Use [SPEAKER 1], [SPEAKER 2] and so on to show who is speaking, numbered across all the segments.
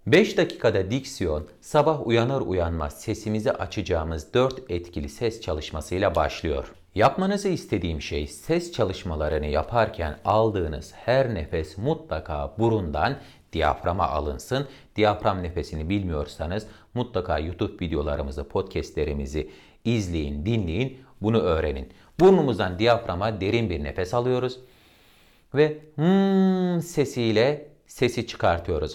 [SPEAKER 1] 5 dakikada diksiyon, sabah uyanır uyanmaz sesimizi açacağımız 4 etkili ses çalışmasıyla başlıyor. Yapmanızı istediğim şey ses çalışmalarını yaparken aldığınız her nefes mutlaka burundan diyaframa alınsın. Diyafram nefesini bilmiyorsanız mutlaka YouTube videolarımızı, podcastlerimizi izleyin, dinleyin, bunu öğrenin. Burnumuzdan diyaframa derin bir nefes alıyoruz ve sesiyle sesi çıkartıyoruz.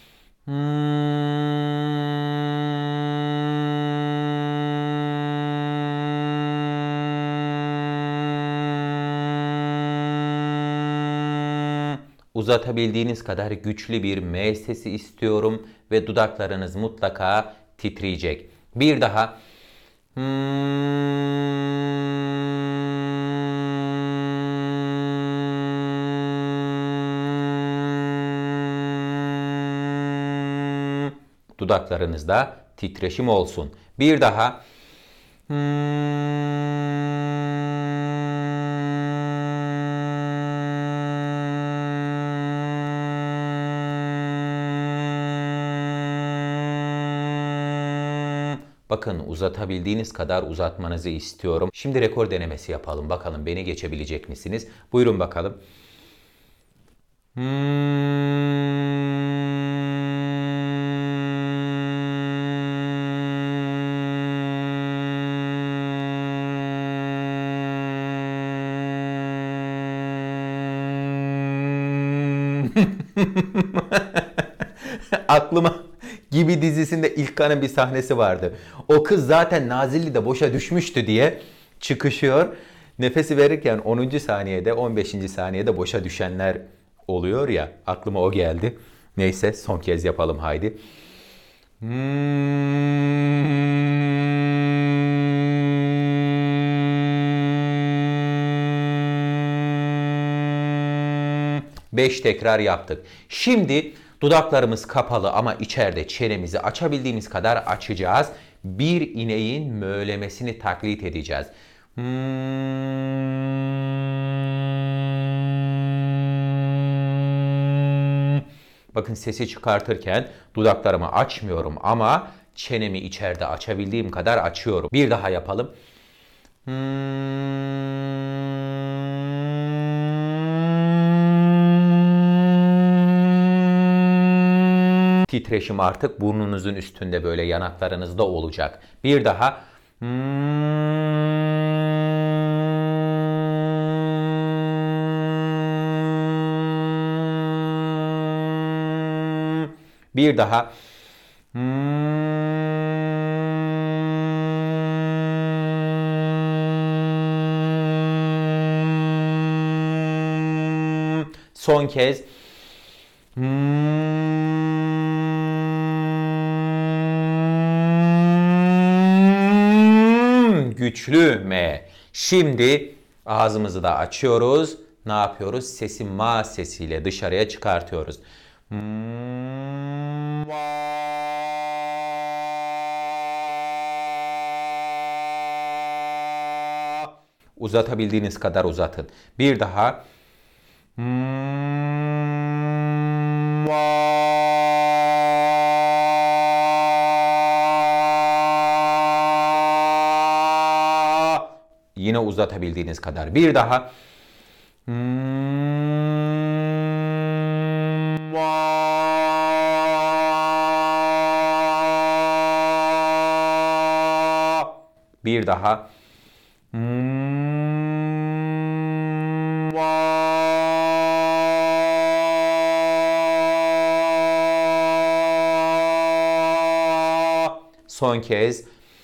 [SPEAKER 1] Uzatabildiğiniz kadar güçlü bir M sesi istiyorum ve dudaklarınız mutlaka titreyecek. Bir daha. Dudaklarınızda titreşim olsun. Bir daha. Bakın uzatabildiğiniz kadar uzatmanızı istiyorum. Şimdi rekor denemesi yapalım. Bakalım beni geçebilecek misiniz? Buyurun bakalım. 'Aklıma Gibi' dizisinde İlkan'ın bir sahnesi vardı. O kız zaten Nazilli'de boşa düşmüştü diye çıkışıyor. Nefesi verirken 10. saniyede, 15. saniyede boşa düşenler oluyor ya. Aklıma o geldi. Neyse son kez yapalım haydi. 5 tekrar yaptık. Şimdi dudaklarımız kapalı ama içeride çenemizi açabildiğimiz kadar açacağız. Bir ineğin mölemesini taklit edeceğiz. Bakın sesi çıkartırken dudaklarımı açmıyorum ama çenemi içeride açabildiğim kadar açıyorum. Bir daha yapalım. Titreşim artık burnunuzun üstünde böyle yanaklarınızda olacak. Bir daha. Bir daha. Son kez. Güçlü M. Şimdi ağzımızı da açıyoruz. Ne yapıyoruz? Sesi ma sesiyle dışarıya çıkartıyoruz. Uzatabildiğiniz kadar uzatın. Bir daha. Yine uzatabildiğiniz kadar. Bir daha. Bir daha. 'Son kez.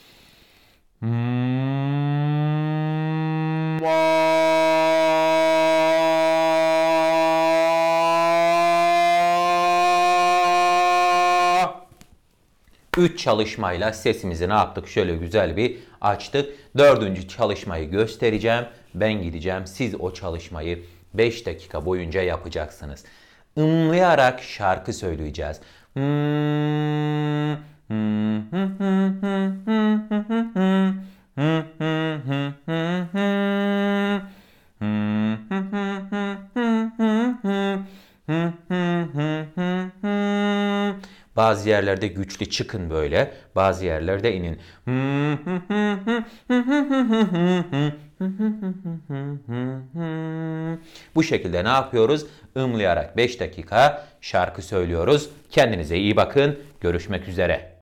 [SPEAKER 1] 3 çalışmayla sesimizi ne yaptık? Şöyle güzel bir açtık. 4. çalışmayı göstereceğim. Ben gideceğim. Siz o çalışmayı 5 dakika boyunca yapacaksınız. Imlayarak şarkı söyleyeceğiz. Bazı yerlerde güçlü çıkın böyle. Bazı yerlerde inin. Bu şekilde ne yapıyoruz? Imlayarak 5 dakika şarkı söylüyoruz. Kendinize iyi bakın. Görüşmek üzere.